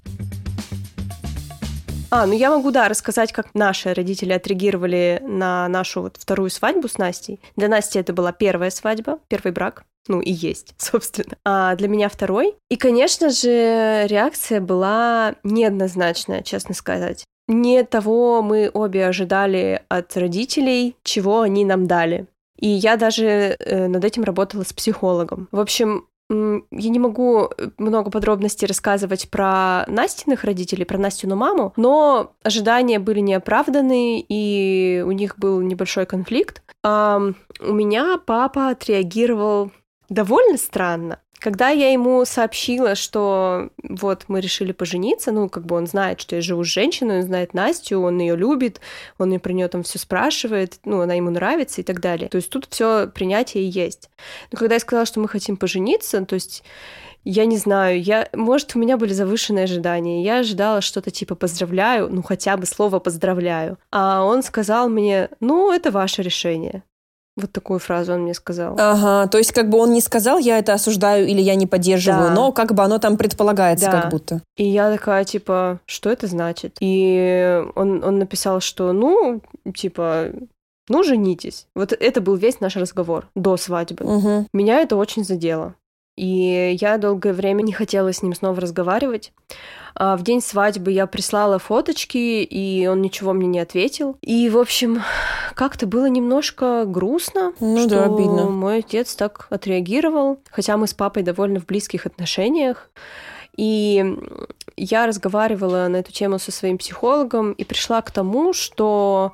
Ну я могу, рассказать, как наши родители отреагировали на нашу вот вторую свадьбу с Настей. Для Насти это была первая свадьба, первый брак. Ну, и есть, собственно. А для меня второй. И, конечно же, реакция была неоднозначная, честно сказать. Не того мы обе ожидали от родителей, чего они нам дали. И я даже над этим работала с психологом. В общем, я не могу много подробностей рассказывать про Настиных родителей, про Настину маму, но ожидания были неоправданы, и у них был небольшой конфликт. А у меня папа отреагировал довольно странно. Когда я ему сообщила, что вот мы решили пожениться, ну, как бы он знает, что я живу с женщиной, он знает Настю, он ее любит, он ее про нее там все спрашивает, ну, она ему нравится и так далее. То есть тут все принятие и есть. Но когда я сказала, что мы хотим пожениться, то есть я не знаю, может, у меня были завышенные ожидания. Я ожидала что-то типа «поздравляю», ну, хотя бы слово «поздравляю». А он сказал мне, ну, это ваше решение. Вот такую фразу он мне сказал. Ага, то есть как бы он не сказал, я это осуждаю или я не поддерживаю, но как бы оно там предполагается как будто. И я такая, типа, что это значит? И он написал, что, ну, типа, ну, женитесь. Вот это был весь наш разговор до свадьбы. Меня это очень задело. И я долгое время не хотела с ним снова разговаривать. А в день свадьбы я прислала фоточки, и он ничего мне не ответил. И, в общем, как-то было немножко грустно, что обидно. Мой отец так отреагировал, хотя мы с папой довольно в близких отношениях. И я разговаривала на эту тему со своим психологом и пришла к тому, что,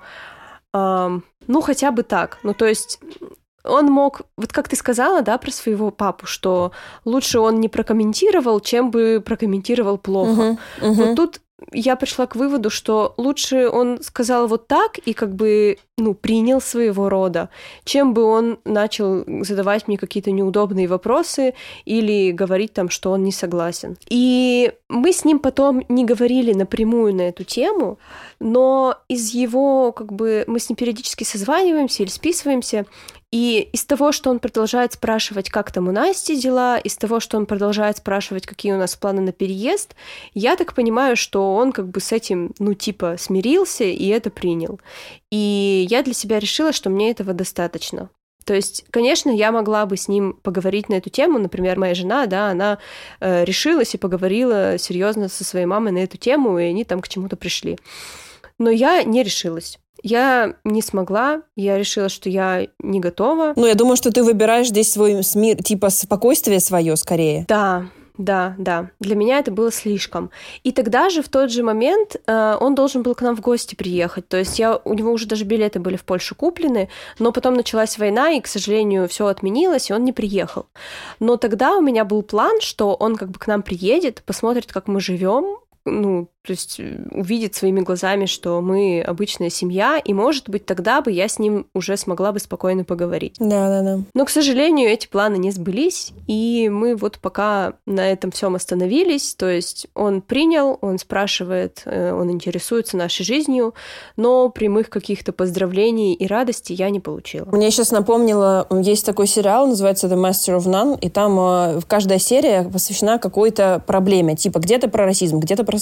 ну, хотя бы так. Ну, то есть он мог, вот как ты сказала, да, про своего папу, что лучше он не прокомментировал, чем бы прокомментировал плохо. Вот тут я пришла к выводу, что лучше он сказал вот так и как бы, ну, принял своего рода, чем бы он начал задавать мне какие-то неудобные вопросы или говорить там, что он не согласен. И мы с ним потом не говорили напрямую на эту тему, но из его, как бы, мы с ним периодически созваниваемся или списываемся, и из того, что он продолжает спрашивать, как там у Насти дела, из того, что он продолжает спрашивать, какие у нас планы на переезд, я так понимаю, что он как бы с этим, ну, типа, смирился и это принял. И я для себя решила, что мне этого достаточно. То есть, конечно, я могла бы с ним поговорить на эту тему. Например, моя жена, да, она решилась и поговорила серьезно со своей мамой на эту тему, и они там к чему-то пришли. Но я не решилась. Я не смогла, я решила, что я не готова. Ну, я думаю, что ты выбираешь здесь свой мир, типа спокойствие свое скорее. Да. Для меня это было слишком. И тогда же, в тот же момент, он должен был к нам в гости приехать. То есть у него уже даже билеты были в Польшу куплены, но потом началась война, и, к сожалению, все отменилось, и он не приехал. Но тогда у меня был план, что он как бы к нам приедет, посмотрит, как мы живем, ну, то есть увидит своими глазами, что мы обычная семья, и, может быть, тогда бы я с ним уже смогла бы спокойно поговорить. Да. Но, к сожалению, эти планы не сбылись, и мы вот пока на этом всем остановились, то есть он принял, он спрашивает, он интересуется нашей жизнью, но прямых каких-то поздравлений и радости я не получила. Мне сейчас напомнило, есть такой сериал, называется The Master of None, и там каждая серия посвящена какой-то проблеме, типа где-то про расизм, где-то про сексизм, где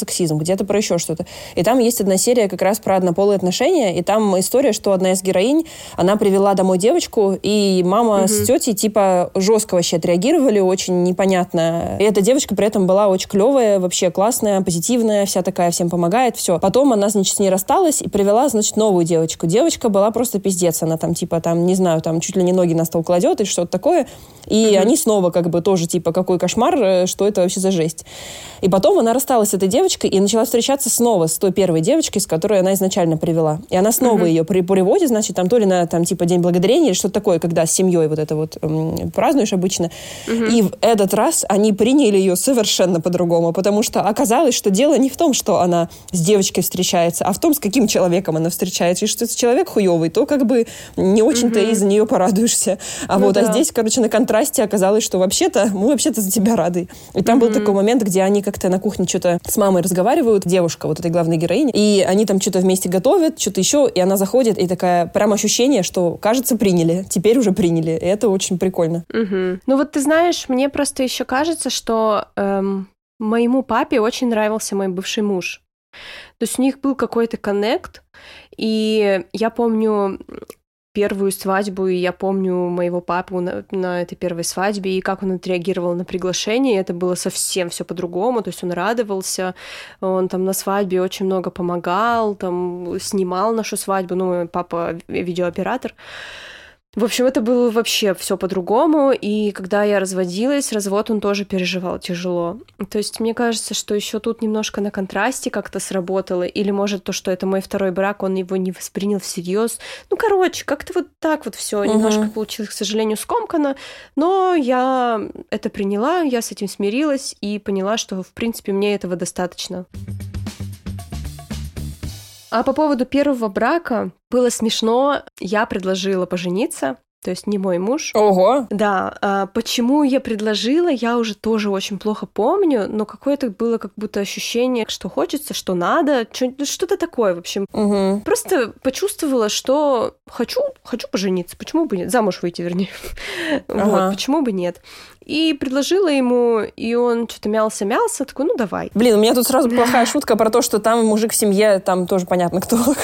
где-то про еще что-то. И там есть одна серия как раз про однополые отношения, и там история, что одна из героинь, она привела домой девочку, и мама с тетей типа жестко вообще отреагировали, очень непонятно. И эта девочка при этом была очень клевая, вообще классная, позитивная, вся такая, всем помогает, все. Потом она, значит, с ней рассталась и привела, значит, новую девочку. Девочка была просто пиздец, она там типа, там, не знаю, там чуть ли не ноги на стол кладет или что-то такое. И они снова как бы тоже типа, какой кошмар, что это вообще за жесть. И потом она рассталась с этой девочкой и начала встречаться снова с той первой девочкой, с которой она изначально привела. И она снова ее приводит, значит, там то ли на там, типа День благодарения или что-то такое, когда с семьей вот это вот празднуешь обычно. И в этот раз они приняли ее совершенно по-другому, потому что оказалось, что дело не в том, что она с девочкой встречается, а в том, с каким человеком она встречается. И что если человек хуёвый, то как бы не очень-то из-за нее порадуешься. А здесь, короче, на контрасте оказалось, что вообще-то мы вообще-то за тебя рады. И там был такой момент, где они как-то на кухне что-то с мамой разговаривают, девушка вот этой главной героини, и они там что-то вместе готовят, что-то еще, и она заходит, и такая прям ощущение, что, кажется, приняли, теперь уже приняли, и это очень прикольно. Ну вот ты знаешь, мне просто еще кажется, что моему папе очень нравился мой бывший муж. То есть у них был какой-то коннект, и я помню первую свадьбу, и я помню моего папу на этой первой свадьбе, и как он отреагировал на приглашение, это было совсем все по-другому, то есть он радовался, он там на свадьбе очень много помогал, там снимал нашу свадьбу, мой папа видеооператор. В общем, это было вообще все по-другому, и когда я разводилась, развод он тоже переживал тяжело. То есть мне кажется, что еще тут немножко на контрасте как-то сработало, или может то, что это мой второй брак, он его не воспринял всерьез. Как-то вот так вот все немножко получилось, к сожалению, скомканно, но я это приняла, я с этим смирилась и поняла, что, в принципе, мне этого достаточно. А по поводу первого брака было смешно. Я предложила пожениться, то есть не мой муж. Ого! Да. Почему я предложила, я уже тоже очень плохо помню, но какое-то было как будто ощущение, что хочется, что надо, что-то такое, в общем. Просто почувствовала, что хочу пожениться, почему бы нет? Замуж выйти, вернее. Вот, почему бы нет? И предложила ему, и он что-то мялся, такой, давай. Блин, у меня тут сразу плохая шутка про то, что там мужик в семье, там тоже понятно, кто был.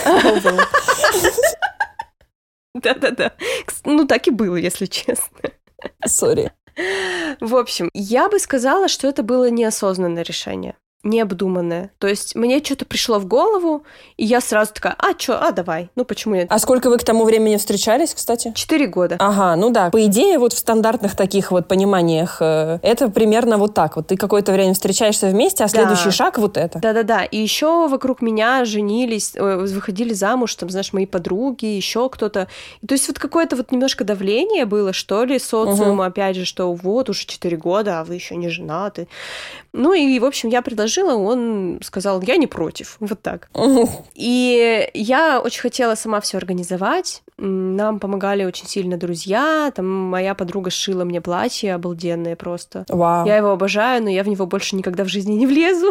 Да-да-да. Так и было, если честно. Сори. В общем, я бы сказала, что это было неосознанное решение, необдуманное. То есть мне что-то пришло в голову, и я сразу такая, давай, почему нет? А сколько вы к тому времени встречались, кстати? 4 года. Ага, да. По идее, вот в стандартных таких вот пониманиях это примерно вот так. Вот ты какое-то время встречаешься вместе, а следующий шаг вот это. Да-да-да. И еще вокруг меня женились, выходили замуж, там, знаешь, мои подруги, еще кто-то. То есть вот какое-то вот немножко давление было, что ли, социума, опять же, что вот уже 4 года, а вы еще не женаты. И, в общем, я предложила, он сказал, я не против, вот так. И я очень хотела сама все организовать, нам помогали очень сильно друзья, там моя подруга сшила мне платье обалденное просто. Вау. Я его обожаю, но я в него больше никогда в жизни не влезу.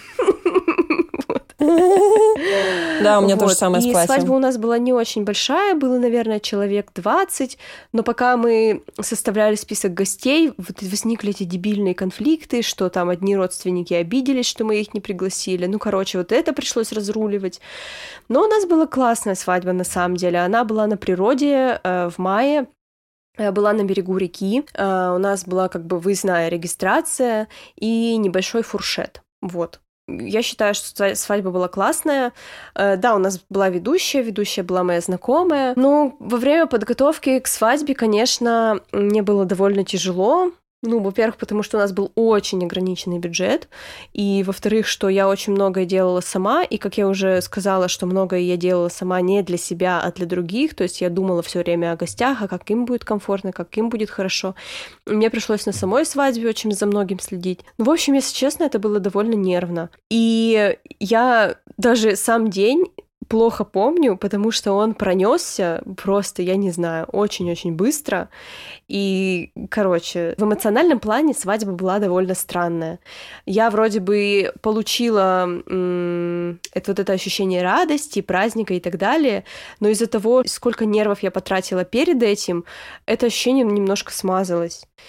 Да, у меня тоже самое с платьем. И свадьба у нас была не очень большая, было, наверное, человек 20, но пока мы составляли список гостей, возникли эти дебильные конфликты, что там одни родственники обиделись, что мы их не пригласили. Вот это пришлось разруливать. Но у нас была классная свадьба, на самом деле. Она была на природе в мае, была на берегу реки. У нас была выездная регистрация и небольшой фуршет. Вот. Я считаю, что свадьба была классная. Да, у нас была ведущая была моя знакомая. Но во время подготовки к свадьбе, конечно, мне было довольно тяжело. Во-первых, потому что у нас был очень ограниченный бюджет, и, во-вторых, что я очень многое делала сама, и, как я уже сказала, что многое я делала сама не для себя, а для других, то есть я думала все время о гостях, а как им будет комфортно, как им будет хорошо. Мне пришлось на самой свадьбе очень за многим следить. В общем, если честно, это было довольно нервно. И я даже сам день плохо помню, потому что он пронесся просто, я не знаю, очень-очень быстро. И, в эмоциональном плане свадьба была довольно странная. Я вроде бы получила это ощущение радости, праздника и так далее, но из-за того, сколько нервов я потратила перед этим, это ощущение немножко смазалось.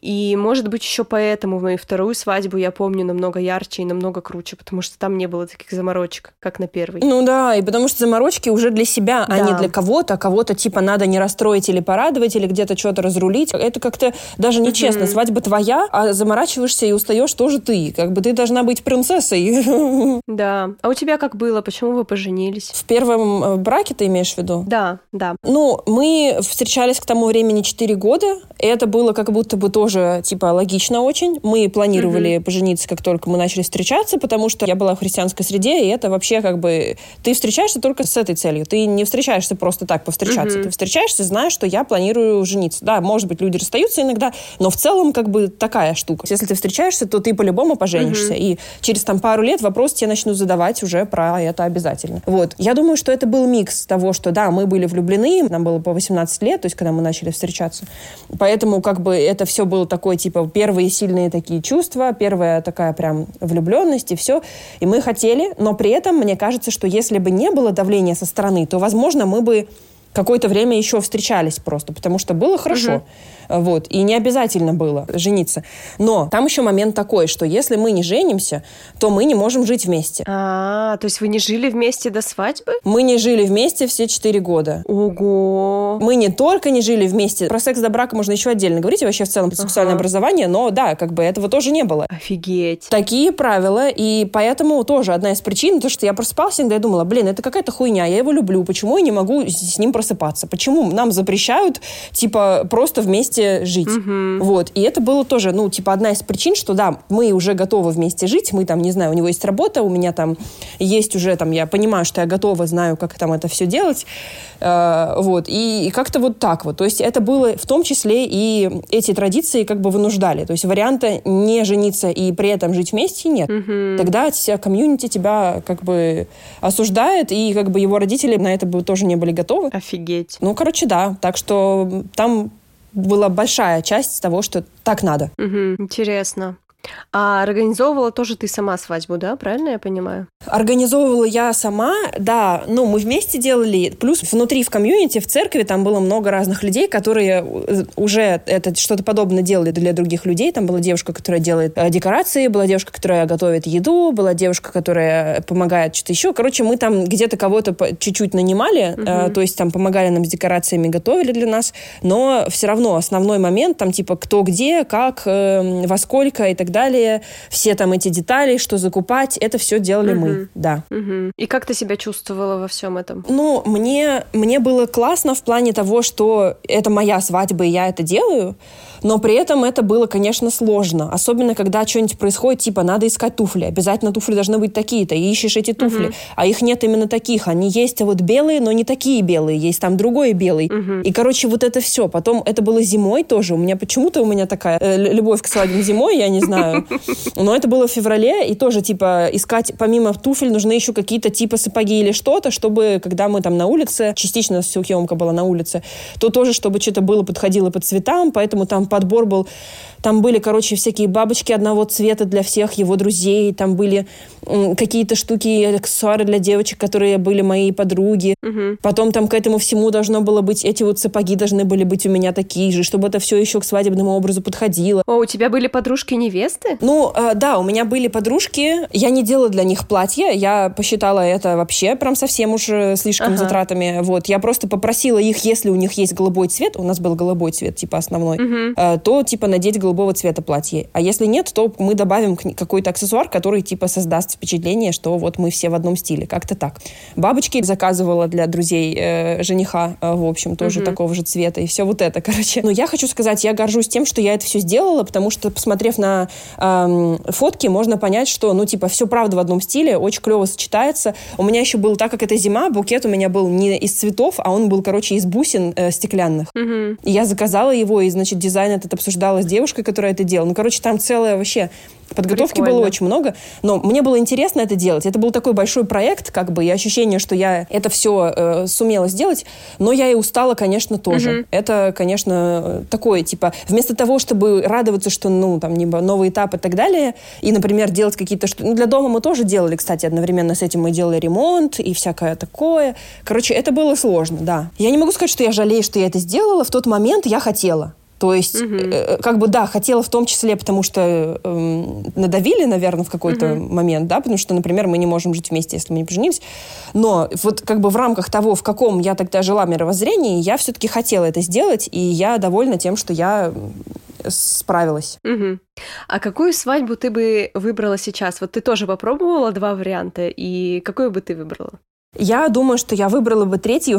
И, может быть, еще поэтому мою вторую свадьбу я помню намного ярче и намного круче, потому что там не было таких заморочек, как на первой. Ну да, и потому что заморочки уже для себя, а не для кого-то. Кого-то типа надо не расстроить или порадовать, или где-то что-то разрулить. Это как-то даже нечестно. Свадьба твоя, а заморачиваешься и устаешь тоже ты. Как бы ты должна быть принцессой. Да. А у тебя как было? Почему вы поженились? В первом браке ты имеешь в виду? Да. Ну, мы встречались к тому времени 4 года. И это было как будто бы тоже, типа, логично очень. Мы планировали пожениться, как только мы начали встречаться, потому что я была в христианской среде, и это вообще как бы... Ты встречаешься только с этой целью. Ты не встречаешься просто так повстречаться. Ты встречаешься, зная, что я планирую жениться. Да, может быть, люди расстаются иногда, но в целом как бы такая штука. Если ты встречаешься, то ты по-любому поженишься. И через там пару лет вопрос тебе начнут задавать уже про это обязательно. Вот. Я думаю, что это был микс того, что да, мы были влюблены, нам было по 18 лет, то есть когда мы начали встречаться. Поэтому как бы это все было такое, типа, первые сильные такие чувства, первая такая прям влюбленность и все. И мы хотели, но при этом мне кажется, что если бы не было давления со стороны, то, возможно, мы бы какое-то время еще встречались просто, потому что было хорошо. Вот. И не обязательно было жениться. Но там еще момент такой, что если мы не женимся, то мы не можем жить вместе. То есть вы не жили вместе до свадьбы? Мы не жили вместе все 4 года. Ого! Мы не только не жили вместе. Про секс до брака можно еще отдельно говорить, и вообще в целом про сексуальное образование, но да, как бы этого тоже не было. Офигеть! Такие правила, и поэтому тоже одна из причин, то, что я просыпалась иногда и думала, блин, это какая-то хуйня, я его люблю, почему я не могу с ним просыпаться? Почему нам запрещают, типа, просто вместе жить? Вот. И это было тоже, ну, типа, одна из причин, что да, мы уже готовы вместе жить, мы там, не знаю, у него есть работа, у меня там есть уже, там, я понимаю, что я готова, знаю, как там это все делать. Вот. И как-то вот так вот. То есть это было в том числе и эти традиции как бы вынуждали. То есть варианта не жениться и при этом жить вместе нет. Тогда комьюнити тебя как бы осуждает, и как бы его родители на это бы тоже не были готовы. Офигеть. Ну, короче, да. Так что там была большая часть того, что так надо. Интересно. А организовывала тоже ты сама свадьбу, да? Правильно я понимаю? Организовывала я сама, да. Ну, мы вместе делали. Плюс внутри в комьюнити, в церкви, там было много разных людей, которые уже это что-то подобное делали для других людей. Там была девушка, которая делает декорации, была девушка, которая готовит еду, была девушка, которая помогает что-то еще. Короче, мы там где-то кого-то чуть-чуть нанимали, то есть там помогали нам с декорациями, готовили для нас, но все равно основной момент, там типа кто где, как, во сколько и так далее, все там эти детали, что закупать, это все делали мы, да. И как ты себя чувствовала во всем этом? Ну, мне было классно в плане того, что это моя свадьба, и я это делаю, но при этом это было, конечно, сложно. Особенно, когда что-нибудь происходит, типа, надо искать туфли. Обязательно туфли должны быть такие-то. И ищешь эти туфли. А их нет именно таких. Они есть вот белые, но не такие белые. Есть там другой белый. И, короче, вот это все. Потом это было зимой тоже. Почему-то у меня такая любовь к свадьбам зимой, я не знаю. Но это было в феврале. И тоже, типа, искать помимо туфель нужны еще какие-то типа сапоги или что-то, чтобы, когда мы там на улице, частично съемка была на улице, то тоже, чтобы что-то было, подходило по цветам. Поэтому там подбор был. Там были, короче, всякие бабочки одного цвета для всех его друзей. Там были какие-то штуки, аксессуары для девочек, которые были мои подруги. Потом там к этому всему должно было быть, эти вот сапоги должны были быть у меня такие же, чтобы это все еще к свадебному образу подходило. О, у тебя были подружки-невесты? Ну, да, у меня были подружки. Я не делала для них платья. Я посчитала это вообще прям совсем уж слишком затратами. Вот. Я просто попросила их, если у них есть голубой цвет, у нас был голубой цвет, типа основной, то типа надеть голубого цвета платье. А если нет, то мы добавим какой-то аксессуар, который типа создаст впечатление, что вот мы все в одном стиле. Как-то так. Бабочки заказывала для друзей жениха, в общем, тоже такого же цвета. И все вот это, короче. Но я хочу сказать, я горжусь тем, что я это все сделала, потому что, посмотрев на фотки, можно понять, что, ну, типа, все правда в одном стиле, очень клево сочетается. У меня еще был, так как это зима, букет у меня был не из цветов, а он был, короче, из бусин стеклянных. И я заказала его, и, значит, дизайн этот обсуждала с девушкой, которая это делала. Ну, короче, там целая вообще подготовки было очень много, но мне было интересно это делать. Это был такой большой проект, как бы, и ощущение, что я это все сумела сделать, но я и устала, конечно, тоже. Это, конечно, такое, типа, вместо того, чтобы радоваться, что, ну, там, новый этап и так далее, и, например, делать какие-то штуки. Ну, для дома мы тоже делали, кстати, одновременно с этим мы делали ремонт и всякое такое. Короче, это было сложно, да. Я не могу сказать, что я жалею, что я это сделала. В тот момент я хотела. То есть, как бы, да, хотела в том числе, потому что надавили, наверное, в какой-то момент, да, потому что, например, мы не можем жить вместе, если мы не поженились. Но вот как бы в рамках того, в каком я тогда жила мировоззрении, я все-таки хотела это сделать, и я довольна тем, что я справилась. А какую свадьбу ты бы выбрала сейчас? Вот ты тоже попробовала 2 варианта, и какую бы ты выбрала? Я думаю, что я выбрала бы 3-ю.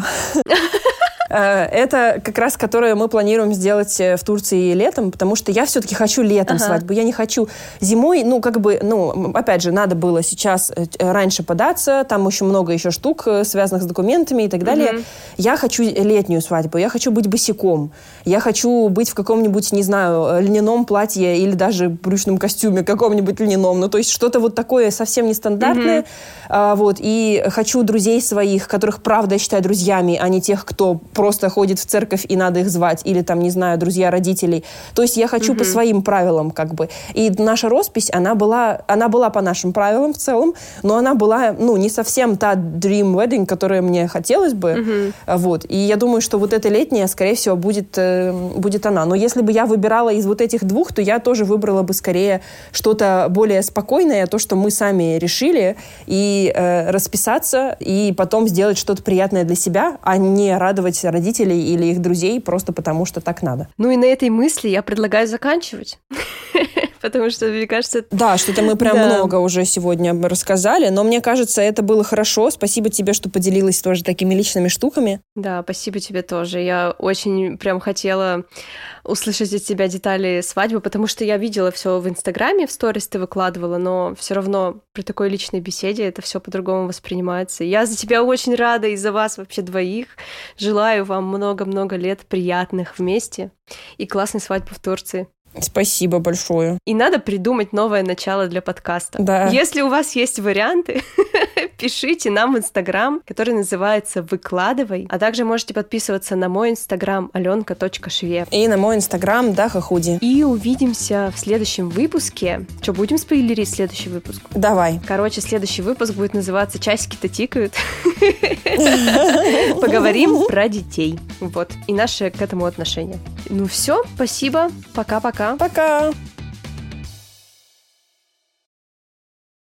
Это как раз, которое мы планируем сделать в Турции летом, потому что я все-таки хочу летом свадьбу. Я не хочу зимой, опять же, надо было сейчас раньше податься, там очень много еще штук, связанных с документами и так далее. Я хочу летнюю свадьбу, я хочу быть босиком, я хочу быть в каком-нибудь, не знаю, льняном платье или даже брючном костюме каком-нибудь льняном, ну, то есть что-то вот такое совсем нестандартное, и хочу друзей своих, которых, правда, я считаю друзьями, а не тех, кто просто ходит в церковь и надо их звать, или там, не знаю, друзья родителей. То есть я хочу по своим правилам, как бы. И наша роспись, она была по нашим правилам в целом, но она была, не совсем та dream wedding, которая мне хотелось бы. И я думаю, что вот эта летняя, скорее всего, будет она. Но если бы я выбирала из вот этих 2, то я тоже выбрала бы скорее что-то более спокойное, то, что мы сами решили, и расписаться, и потом сделать что-то приятное для себя, а не радовать родителей или их друзей просто потому, что так надо. Ну и на этой мысли я предлагаю заканчивать. Потому что, мне кажется... Да, что-то мы прям много уже сегодня рассказали, но мне кажется, это было хорошо. Спасибо тебе, что поделилась тоже такими личными штуками. Да, спасибо тебе тоже. Я очень прям хотела услышать от тебя детали свадьбы, потому что я видела все в Инстаграме, в сторис ты выкладывала, но все равно при такой личной беседе это все по-другому воспринимается. Я за тебя очень рада и за вас вообще 2. Желаю вам много-много лет приятных вместе и классной свадьбы в Турции. Спасибо большое. И надо придумать новое начало для подкаста. Да. Если у вас есть варианты, пишите нам в Инстаграм, который называется «Выкладывай». А также можете подписываться на мой Инстаграм alenka.шве. И на мой Инстаграм Даха Худи. И увидимся в следующем выпуске. Что, будем спойлерить следующий выпуск? Давай. Короче, следующий выпуск будет называться «Часики-то тикают». Поговорим про детей. Вот. И наше к этому отношение. Ну все, спасибо. Пока-пока. Пока.